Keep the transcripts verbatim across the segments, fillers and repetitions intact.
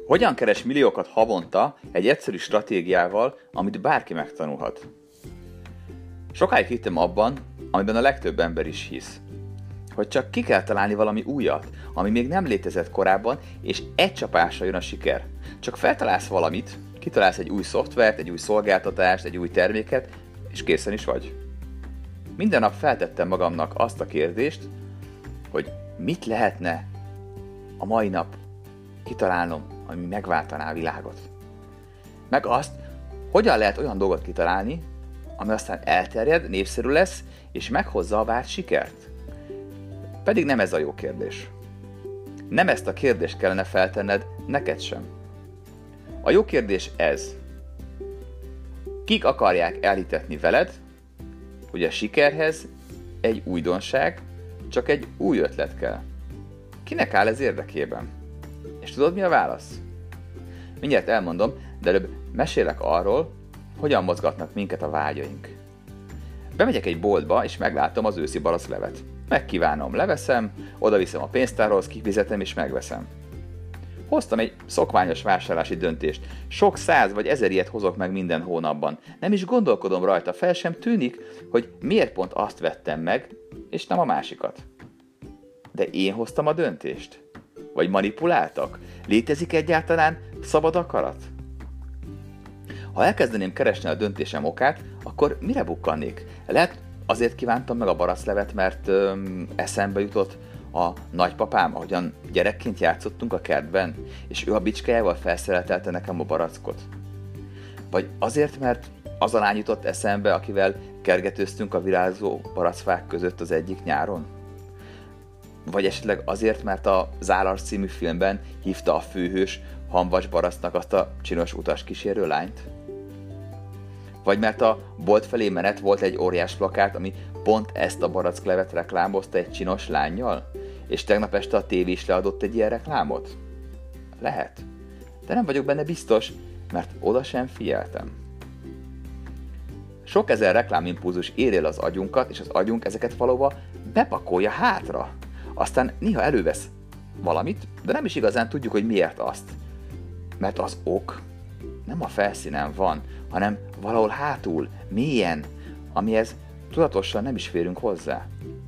Hogyan keres milliókat havonta egy egyszerű stratégiával, amit bárki megtanulhat? Sokáig hittem abban, amiben a legtöbb ember is hisz. Hogy csak ki kell találni valami újat, ami még nem létezett korábban, és egy csapásra jön a siker. Csak feltalálsz valamit, kitalálsz egy új szoftvert, egy új szolgáltatást, egy új terméket, és készen is vagy. Minden nap feltettem magamnak azt a kérdést, hogy mit lehetne a mai nap kitalálnom, ami megváltaná a világot. Meg azt, hogyan lehet olyan dolgot kitalálni, ami aztán elterjed, népszerű lesz, és meghozza a várt sikert. Pedig nem ez a jó kérdés. Nem ezt a kérdést kellene feltenned neked sem. A jó kérdés ez. Kik akarják elhitetni veled, hogy a sikerhez egy újdonság, csak egy új ötlet kell? Kinek áll ez érdekében? És tudod, mi a válasz? Mindjárt elmondom, de előbb mesélek arról, hogyan mozgatnak minket a vágyaink. Bemegyek egy boltba, és meglátom az őszi baracklevet. Megkívánom, leveszem, odaviszem a pénztárhoz, kifizetem és megveszem. Hoztam egy szokványos vásárlási döntést. Sok száz vagy ezer ilyet hozok meg minden hónapban. Nem is gondolkodom rajta, fel sem tűnik, hogy miért pont azt vettem meg, és nem a másikat. De én hoztam a döntést? Vagy manipuláltak? Létezik egyáltalán szabad akarat? Ha elkezdeném keresni a döntésem okát, akkor mire bukkannék? Lehet azért kívántam meg a baracklevet, mert öm, eszembe jutott a nagypapám, ahogyan gyerekként játszottunk a kertben, és ő a bicskájával felszereltelte nekem a barackot. Vagy azért, mert az a lány jutott eszembe, akivel kergetőztünk a virágzó barackfák között az egyik nyáron? Vagy esetleg azért, mert a Zállarc című filmben hívta a főhős Hamvas Baracnak azt a csinos utaskísérő lányt? Vagy mert a bolt felé menet volt egy óriás plakát, ami pont ezt a baracklevet reklámozta egy csinos lánnyal? És tegnap este a tévé is leadott egy ilyen reklámot? Lehet. De nem vagyok benne biztos, mert oda sem figyeltem. Sok ezer reklámimpulzus ér el az agyunkat, és az agyunk ezeket valóban bepakolja hátra. Aztán néha elővesz valamit, de nem is igazán tudjuk, hogy miért azt. Mert az ok nem a felszínen van, hanem valahol hátul, mélyen, amihez tudatosan nem is férünk hozzá.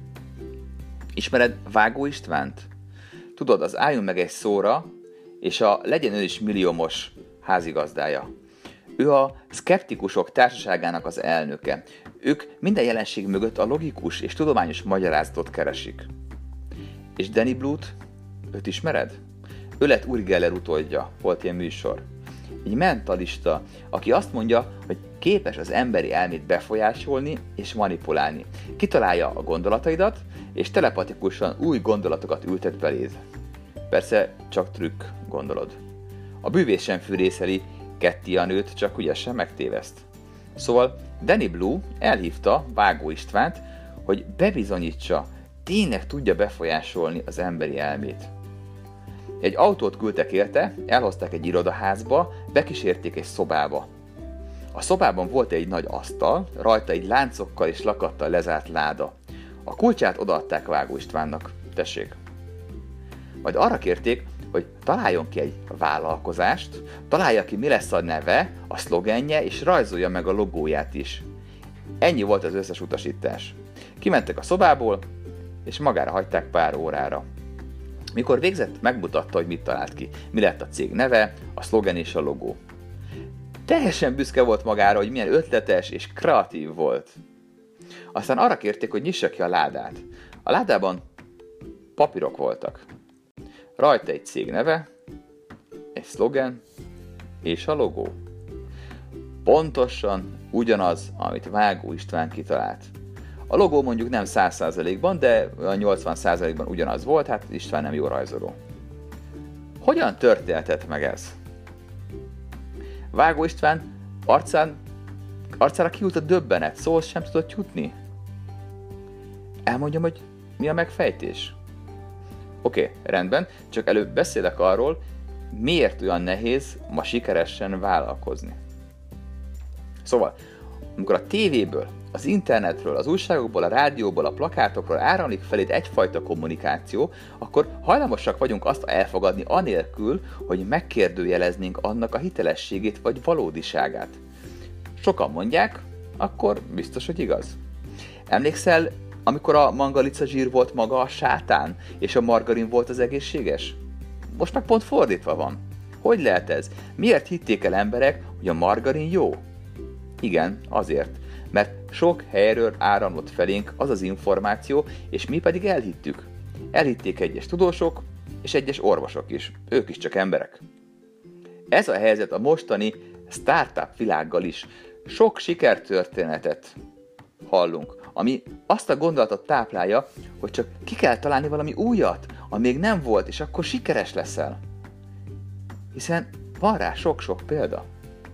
Ismered Vágó Istvánt? Tudod, az Álljunk meg egy szóra, és a Legyen ő is milliómos házigazdája. Ő a szkeptikusok társaságának az elnöke. Ők minden jelenség mögött a logikus és tudományos magyarázatot keresik. És Danny Blue-t, őt ismered? Ő lett Uri Geller utódja, volt ilyen műsor. Egy mentalista, aki azt mondja, hogy képes az emberi elmét befolyásolni és manipulálni. Kitalálja a gondolataidat, és telepatikusan új gondolatokat ültet beléd. Persze csak trükk, gondolod. A bűvész sem fűrészeli Ketty a nőt, csak ügyesen megtéveszt. Szóval Danny Blue elhívta Vágó Istvánt, hogy bebizonyítsa, tényleg tudja befolyásolni az emberi elmét. Egy autót küldtek érte, elhozták egy irodaházba, bekísérték egy szobába. A szobában volt egy nagy asztal, rajta egy láncokkal és lakattal lezárt láda. A kulcsát odaadták Vágó Istvánnak. Tessék. Majd arra kérték, hogy találjon ki egy vállalkozást, találja ki, mi lesz a neve, a szlogenje, és rajzolja meg a logóját is. Ennyi volt az összes utasítás. Kimentek a szobából, és magára hagyták pár órára. Mikor végzett, megmutatta, hogy mit talált ki. Mi lett a cég neve, a szlogen és a logó. Teljesen büszke volt magára, hogy milyen ötletes és kreatív volt. Aztán arra kérték, hogy nyissa ki a ládát. A ládában papírok voltak. Rajta egy cég neve, egy szlogen és a logó. Pontosan ugyanaz, amit Vágó István kitalált. A logó mondjuk nem száz százalékban, de nyolcvan százalékban ugyanaz volt, hát István nem jó rajzoló. Hogyan történhetett meg ez? Vágó István arcán, arcára kiült a döbbenet, szóval sem tudott jutni. Elmondjam, hogy mi a megfejtés? Oké, okay, rendben, csak előbb beszélek arról, miért olyan nehéz ma sikeresen vállalkozni. Szóval, amikor a tévéből az internetről, az újságokból, a rádióból, a plakátokról áramlik feléd egyfajta kommunikáció, akkor hajlamosak vagyunk azt elfogadni anélkül, hogy megkérdőjeleznénk annak a hitelességét vagy valódiságát. Sokan mondják, akkor biztos, hogy igaz. Emlékszel, amikor a mangalica zsír volt maga a sátán, és a margarin volt az egészséges? Most meg pont fordítva van. Hogy lehet ez? Miért hitték el emberek, hogy a margarin jó? Igen, azért, mert sok helyről áramlott felénk az az információ, és mi pedig elhittük. Elhitték egyes tudósok, és egyes orvosok is. Ők is csak emberek. Ez a helyzet a mostani startup világgal is. Sok sikertörténetet hallunk, ami azt a gondolatot táplálja, hogy csak ki kell találni valami újat, ami még nem volt, és akkor sikeres leszel. Hiszen van rá sok-sok példa.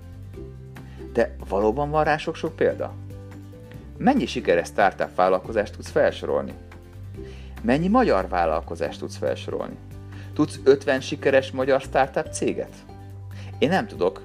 De valóban van rá sok-sok példa? Mennyi sikeres startup vállalkozást tudsz felsorolni? Mennyi magyar vállalkozást tudsz felsorolni? Tudsz ötven sikeres magyar startup céget? Én nem tudok,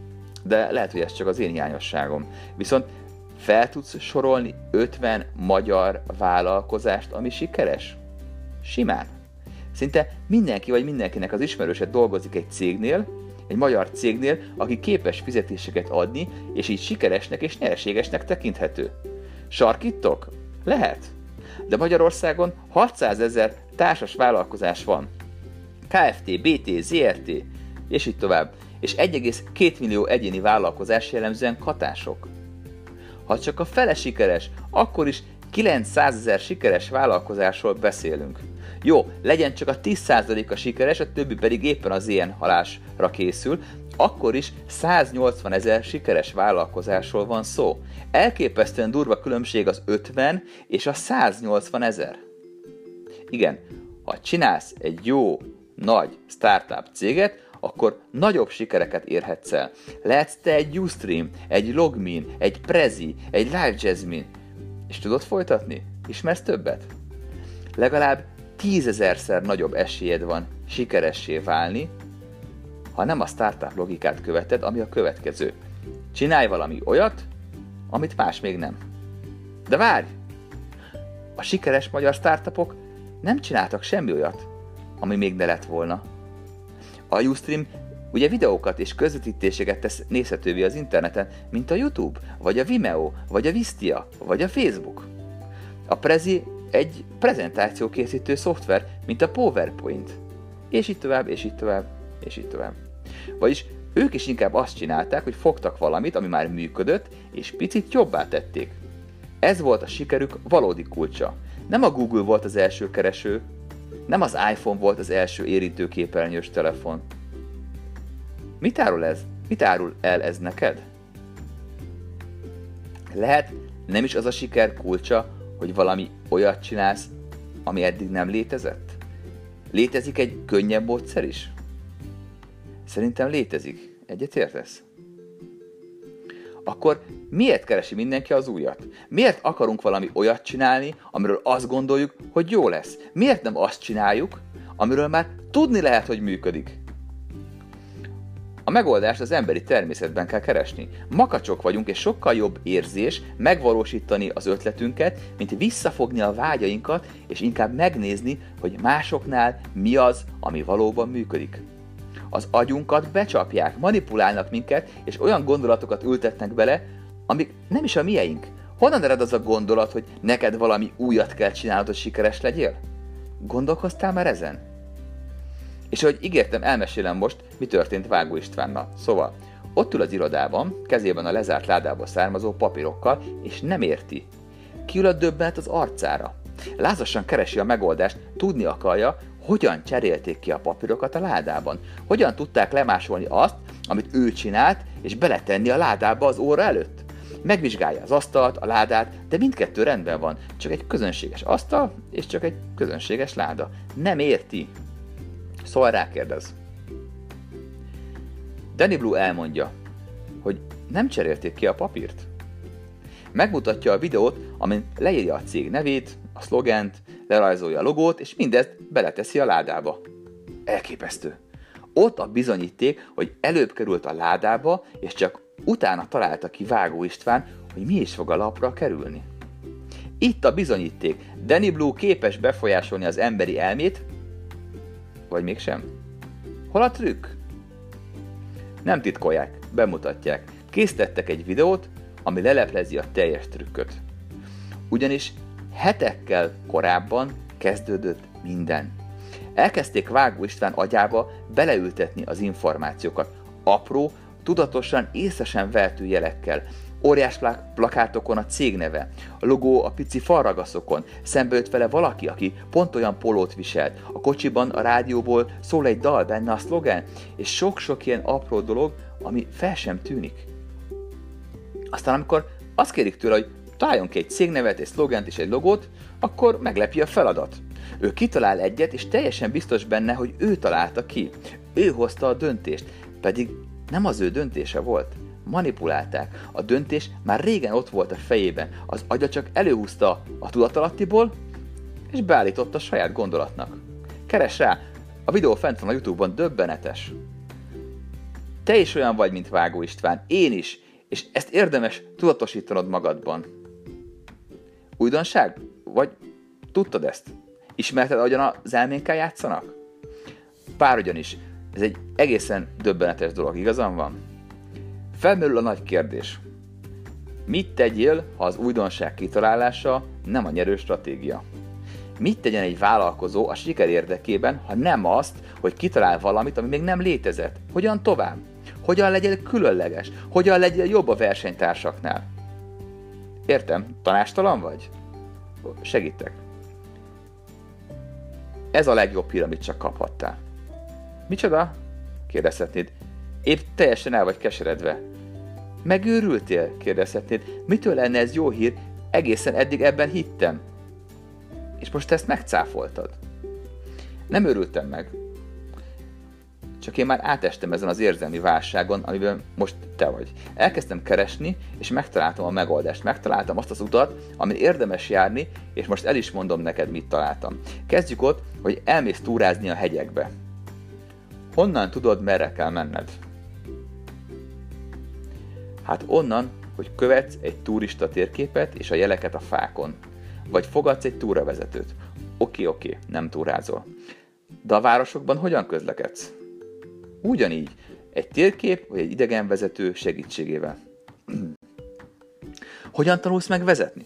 de lehet, hogy ez csak az én hiányosságom. Viszont fel tudsz sorolni ötven magyar vállalkozást, ami sikeres? Simán. Szinte mindenki vagy mindenkinek az ismerőse dolgozik egy cégnél, egy magyar cégnél, aki képes fizetéseket adni, és így sikeresnek és nyereségesnek tekinthető. Sarkítok? Lehet. De Magyarországon hatszázezer társas vállalkozás van. Kft., bé té, zé er té, és így tovább. És egy egész két millió egyéni vállalkozás jellemzően katások. Ha csak a fele sikeres, akkor is kilencszázezer sikeres vállalkozásról beszélünk. Jó, legyen csak a tíz százaléka sikeres, a többi pedig éppen az ilyen halásra készül, akkor is száznyolcvanezer sikeres vállalkozásról van szó. Elképesztően durva különbség az ötven és a száznyolcvanezer. Igen, ha csinálsz egy jó, nagy startup céget, akkor nagyobb sikereket érhetsz el. Lehetsz te egy Ustream, egy Logmin, egy Prezi, egy Live Jasmine. És tudod folytatni? Ismersz többet? Legalább tízezerszer nagyobb esélyed van sikeressé válni, ha nem a startup logikát követed, ami a következő. Csinálj valami olyat, amit más még nem. De várj! A sikeres magyar startupok nem csináltak semmi olyat, ami még ne lett volna. A Ustream ugye videókat és közvetítéseket tesz nézhetővé az interneten, mint a YouTube, vagy a Vimeo, vagy a Vistia, vagy a Facebook. A Prezi egy prezentációkészítő szoftver, mint a PowerPoint. És így tovább, és így tovább, és így tovább. Vagyis ők is inkább azt csinálták, hogy fogtak valamit, ami már működött, és picit jobbá tették. Ez volt a sikerük valódi kulcsa. Nem a Google volt az első kereső, nem az iPhone volt az első érintőképernyős telefon. Mit árul ez? Mit árul el ez neked? Lehet, nem is az a siker kulcsa, hogy valami olyat csinálsz, ami eddig nem létezett? Létezik egy könnyebb módszer is? Szerintem létezik. Egyetértesz? Akkor miért keresi mindenki az újat? Miért akarunk valami olyat csinálni, amiről azt gondoljuk, hogy jó lesz? Miért nem azt csináljuk, amiről már tudni lehet, hogy működik? A megoldást az emberi természetben kell keresni. Makacsok vagyunk, és sokkal jobb érzés megvalósítani az ötletünket, mint visszafogni a vágyainkat, és inkább megnézni, hogy másoknál mi az, ami valóban működik. Az agyunkat becsapják, manipulálnak minket, és olyan gondolatokat ültetnek bele, amik nem is a mieink. Honnan ered az a gondolat, hogy neked valami újat kell csinálnod, hogy sikeres legyél? Gondolkoztál már ezen? És ahogy ígértem, elmesélem most, mi történt Vágó Istvánnal. Szóval, ott ül az irodában, kezében a lezárt ládából származó papírokkal, és nem érti. Kiül a döbbenet az arcára. Lázasan keresi a megoldást, tudni akarja, hogyan cserélték ki a papírokat a ládában. Hogyan tudták lemásolni azt, amit ő csinált, és beletenni a ládába az óra előtt. Megvizsgálja az asztalt, a ládát, de mindkettő rendben van. Csak egy közönséges asztal, és csak egy közönséges láda. Nem érti. Szóval rákérdez. Danny Blue elmondja, hogy nem cserélték ki a papírt. Megmutatja a videót, amin leírja a cég nevét, a szlogent, lerajzolja a logót, és mindezt beleteszi a ládába. Elképesztő. Ott a bizonyíték, hogy előbb került a ládába, és csak utána találta ki Vágó István, hogy mi is fog a lapra kerülni. Itt a bizonyíték. Danny Blue képes befolyásolni az emberi elmét, vagy mégsem? Hol a trükk? Nem titkolják, bemutatják. Készítettek egy videót, ami leleplezi a teljes trükköt. Ugyanis hetekkel korábban kezdődött minden. Elkezdték Vágó István agyába beleültetni az információkat. Apró, tudatosan, észesen vehető jelekkel. Óriás plakátokon a cégneve, a logó a pici falragaszokon, szembe jött vele valaki, aki pont olyan polót viselt, a kocsiban, a rádióból szól egy dal, benne a szlogen, és sok-sok ilyen apró dolog, ami fel sem tűnik. Aztán amikor azt kérik tőle, hogy találjon ki egy cégnevet, egy szlogent és egy logót, akkor meglepi a feladat. Ő kitalál egyet, és teljesen biztos benne, hogy ő találta ki. Ő hozta a döntést, pedig nem az ő döntése volt. Manipulálták. A döntés már régen ott volt a fejében. Az agya csak előhúzta a tudatalattiból, és beállította a saját gondolatnak. Keres rá, a videó fent van a YouTube-on, döbbenetes. Te is olyan vagy, mint Vágó István, én is, és ezt érdemes tudatosítanod magadban. Újdonság? Vagy tudtad ezt? Ismerted, ahogyan az elménkkel játszanak? Bárhogyan is. Ez egy egészen döbbenetes dolog, igazam van? Felmerül a nagy kérdés. Mit tegyél, ha az újdonság kitalálása nem a nyerő stratégia? Mit tegyen egy vállalkozó a siker érdekében, ha nem azt, hogy kitalál valamit, ami még nem létezett? Hogyan tovább? Hogyan legyél különleges? Hogyan legyél jobb a versenytársaknál? Értem, tanástalan vagy? Segítek. Ez a legjobb hír, amit csak kaphattál. Micsoda? Kérdezhetnéd. Épp teljesen el vagy keseredve. Megőrültél? Kérdezhetnéd. Mitől lenne ez jó hír? Egészen eddig ebben hittem. És most ezt megcáfoltad. Nem őrültem meg. Csak én már átestem ezen az érzelmi válságon, amiben most te vagy. Elkezdtem keresni, és megtaláltam a megoldást. Megtaláltam azt az utat, amin érdemes járni, és most el is mondom neked, mit találtam. Kezdjük ott, hogy elmész túrázni a hegyekbe. Honnan tudod, merre kell menned? Hát onnan, hogy követsz egy turista térképet és a jeleket a fákon. Vagy fogadsz egy túravezetőt. Oké, oké, nem túrázol. De a városokban hogyan közlekedsz? Ugyanígy, egy térkép vagy egy idegenvezető segítségével. Hogyan tanulsz meg vezetni?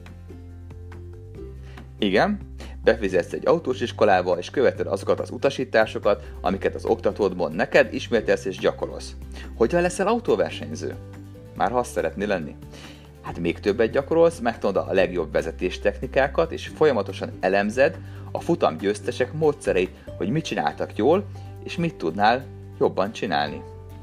Igen, befizetsz egy autós iskolába, és követed azokat az utasításokat, amiket az oktatód mond neked, ismételsz és gyakorolsz. Hogyan leszel autóversenyző? Már ha azt szeretnél lenni. Hát még többet gyakorolsz, megtanulod a legjobb vezetés technikákat, és folyamatosan elemzed a futam győztesek módszereit, hogy mit csináltak jól, és mit tudnál jobban csinálni.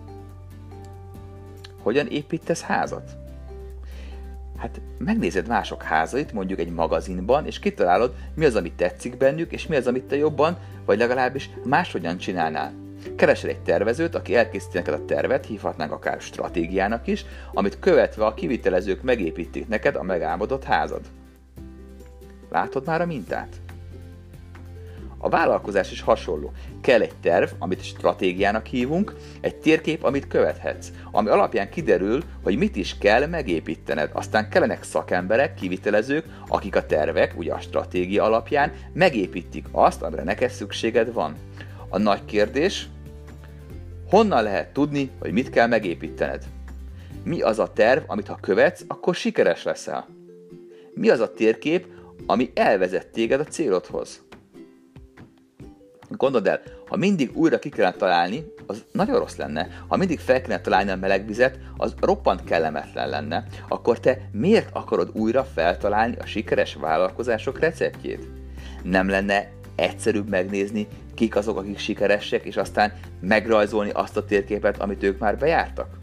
Hogyan építesz házat? Hát megnézed mások házait, mondjuk egy magazinban, és kitalálod, mi az, amit tetszik bennük, és mi az, amit te jobban, vagy legalábbis máshogyan csinálnál. Keresel egy tervezőt, aki elkészíti neked a tervet, hívhatnánk akár stratégiának is, amit követve a kivitelezők megépítik neked a megálmodott házad. Látod már a mintát? A vállalkozás is hasonló. Kell egy terv, amit stratégiának hívunk, egy térkép, amit követhetsz, ami alapján kiderül, hogy mit is kell megépítened. Aztán kellenek szakemberek, kivitelezők, akik a tervek, ugye a stratégia alapján megépítik azt, amire neked szükséged van. A nagy kérdés, honnan lehet tudni, hogy mit kell megépítened? Mi az a terv, amit ha követsz, akkor sikeres leszel? Mi az a térkép, ami elvezet téged a célodhoz? Gondold el, ha mindig újra ki kellene találni, az nagyon rossz lenne. Ha mindig fel kellene találni a melegvizet, az roppant kellemetlen lenne. Akkor te miért akarod újra feltalálni a sikeres vállalkozások receptjét? Nem lenne egyszerűbb megnézni, kik azok, akik sikeresek, és aztán megrajzolni azt a térképet, amit ők már bejártak?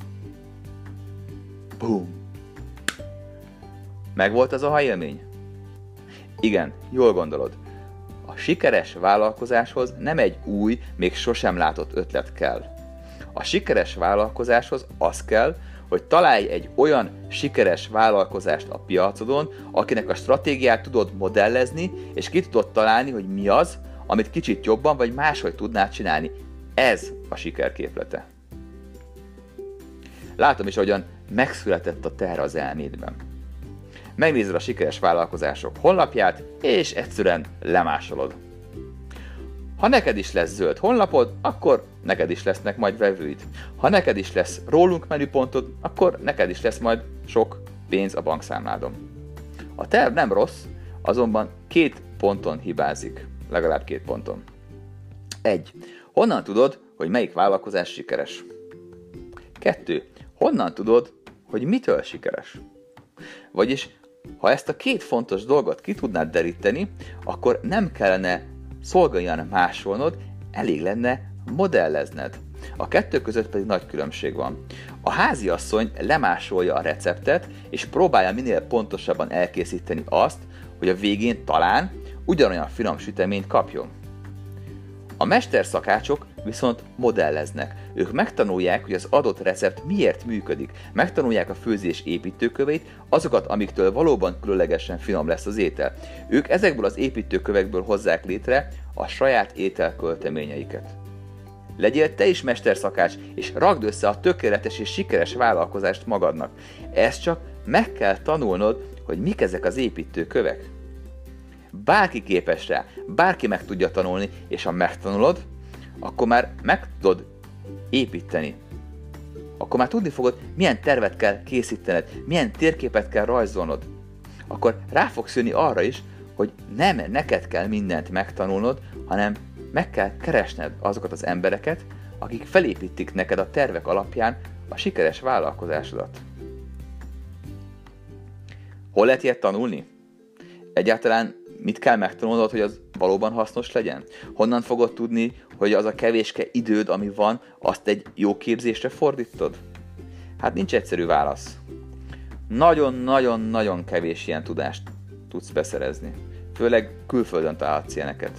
Bum! Megvolt az a élmény? Igen, jól gondolod. A sikeres vállalkozáshoz nem egy új, még sosem látott ötlet kell. A sikeres vállalkozáshoz az kell, hogy találj egy olyan sikeres vállalkozást a piacodon, akinek a stratégiát tudod modellezni, és ki tudod találni, hogy mi az, amit kicsit jobban vagy máshogy tudnád csinálni. Ez a sikerképlete. Látom is, ahogyan megszületett a terv az elmédben. Megnézed a sikeres vállalkozások honlapját, és egyszerűen lemásolod. Ha neked is lesz zöld honlapod, akkor neked is lesznek majd vevőid. Ha neked is lesz rólunk menüpontod, akkor neked is lesz majd sok pénz a bankszámládon. A terv nem rossz, azonban két ponton hibázik. Legalább két ponton. Egy. Honnan tudod, hogy melyik vállalkozás sikeres? Kettő. Honnan tudod, hogy mitől sikeres? Vagyis, ha ezt a két fontos dolgot ki tudnád deríteni, akkor nem kellene szolgáljan másolnod, elég lenne modellezned. A kettő között pedig nagy különbség van. A háziasszony lemásolja a receptet, és próbálja minél pontosabban elkészíteni azt, hogy a végén talán ugyanolyan finom süteményt kapjon. A mesterszakácsok viszont modelleznek. Ők megtanulják, hogy az adott recept miért működik. Megtanulják a főzés építőköveit, azokat, amiktől valóban különlegesen finom lesz az étel. Ők ezekből az építőkövekből hozzák létre a saját ételkölteményeiket. Legyél te is mesterszakács, és ragd össze a tökéletes és sikeres vállalkozást magadnak. Ezt csak meg kell tanulnod, hogy mik ezek az építőkövek. Bárki képes rá, bárki meg tudja tanulni, és ha megtanulod, akkor már meg tudod építeni. Akkor már tudni fogod, milyen tervet kell készítened, milyen térképet kell rajzolnod. Akkor rá fogsz jönni arra is, hogy nem neked kell mindent megtanulnod, hanem meg kell keresned azokat az embereket, akik felépítik neked a tervek alapján a sikeres vállalkozásodat. Hol lehet ilyet tanulni? Egyáltalán mit kell megtanulnod, hogy az valóban hasznos legyen? Honnan fogod tudni, hogy az a kevéske időd, ami van, azt egy jó képzésre fordítod? Hát nincs egyszerű válasz. Nagyon-nagyon-nagyon kevés ilyen tudást tudsz beszerezni. Főleg külföldön találhatsz ilyeneket.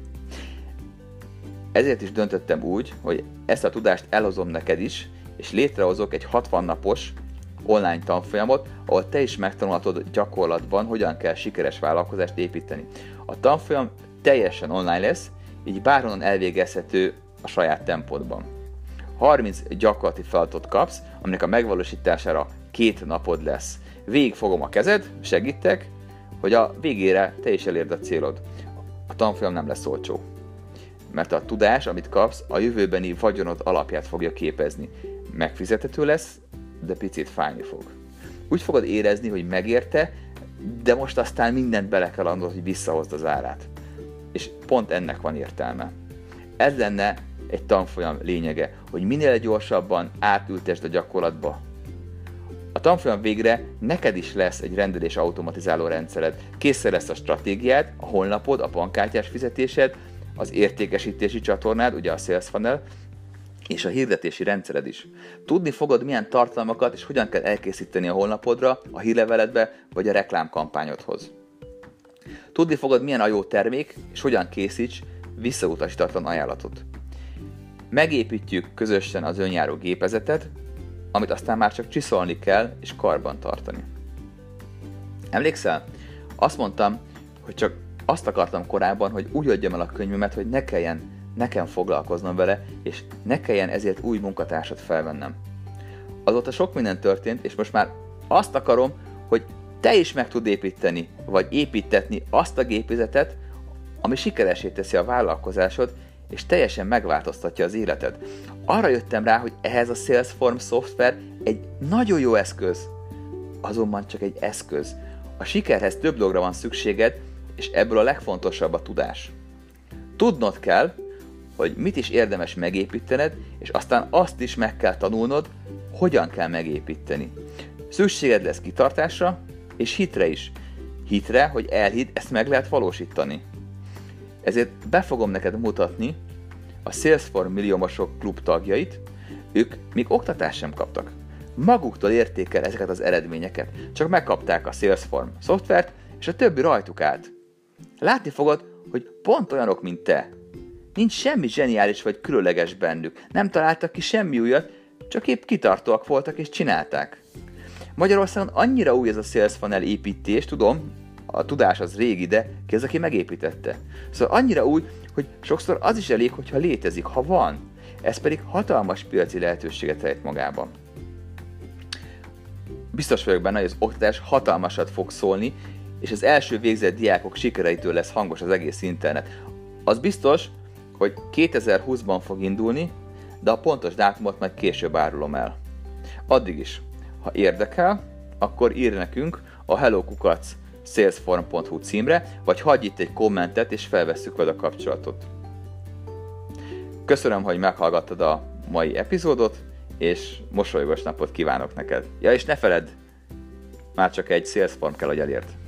Ezért is döntöttem úgy, hogy ezt a tudást elhozom neked is, és létrehozok egy hatvan napos online tanfolyamot, ahol te is megtanulhatod gyakorlatban, hogyan kell sikeres vállalkozást építeni. A tanfolyam teljesen online lesz, így bárhonnan elvégezhető a saját tempódban. harminc gyakorlati feladatot kapsz, aminek a megvalósítására két napod lesz. Végig fogom a kezed, segítek, hogy a végére te is elérd a célod. A tanfolyam nem lesz olcsó, mert a tudás, amit kapsz, a jövőbeni vagyonod alapját fogja képezni. Megfizethető lesz, de picit fájni fog. Úgy fogod érezni, hogy megérte, de most aztán mindent bele kell adnod, hogy visszahozd az árát. És pont ennek van értelme. Ez lenne egy tanfolyam lényege, hogy minél gyorsabban átültesd a gyakorlatba. A tanfolyam végre neked is lesz egy rendelés automatizáló rendszered. Készen lesz a stratégiád, a honlapod, a bankkártyás fizetésed, az értékesítési csatornád, ugye a Sales Funnel, és a hirdetési rendszered is. Tudni fogod, milyen tartalmakat és hogyan kell elkészíteni a honlapodra, a hírleveledbe vagy a reklámkampányodhoz. Tudni fogod, milyen a jó termék és hogyan készíts visszautasítatlan ajánlatot. Megépítjük közösen az önjáró gépezetet, amit aztán már csak csiszolni kell és karban tartani. Emlékszel? Azt mondtam, hogy csak azt akartam korábban, hogy úgy adjam el a könyvemet, hogy ne kelljen nekem foglalkoznom vele, és ne kelljen ezért új munkatársat felvennem. Azóta sok minden történt, és most már azt akarom, hogy te is meg tud építeni, vagy építetni azt a gépezetet, ami sikeresé teszi a vállalkozásod, és teljesen megváltoztatja az életed. Arra jöttem rá, hogy ehhez a Salesforce szoftver egy nagyon jó eszköz, azonban csak egy eszköz. A sikerhez több dologra van szükséged, és ebből a legfontosabb a tudás. Tudnod kell, hogy mit is érdemes megépítened, és aztán azt is meg kell tanulnod, hogyan kell megépíteni. Szükséged lesz kitartásra, és hitre is. Hitre, hogy elhidd, ezt meg lehet valósítani. Ezért be fogom neked mutatni a Salesforce milliómosok klub tagjait, ők még oktatást sem kaptak. Maguktól érték el ezeket az eredményeket, csak megkapták a Salesforce szoftvert, és a többi rajtuk állt. Látni fogod, hogy pont olyanok, mint te. Nincs semmi zseniális vagy különleges bennük, nem találtak ki semmi újat, csak épp kitartóak voltak és csinálták. Magyarországon annyira új ez a Sales Funnel építés, tudom, a tudás az régi, de ki az, aki megépítette. Szóval annyira új, hogy sokszor az is elég, hogyha létezik, ha van. Ez pedig hatalmas piaci lehetőséget rejt magában. Biztos vagyok benne, hogy az oktatás hatalmasat fog szólni, és az első végzett diákok sikereitől lesz hangos az egész internet. Az biztos, hogy kétezer-húszban fog indulni, de a pontos dátumot majd később árulom el. Addig is, ha érdekel, akkor írj nekünk a hello kukac salesform pont hu címre, vagy hagyj itt egy kommentet, és felvesszük veled a kapcsolatot. Köszönöm, hogy meghallgattad a mai epizódot, és mosolygos napot kívánok neked. Ja, és ne feledd, már csak egy Salesform kell, hogy elérd.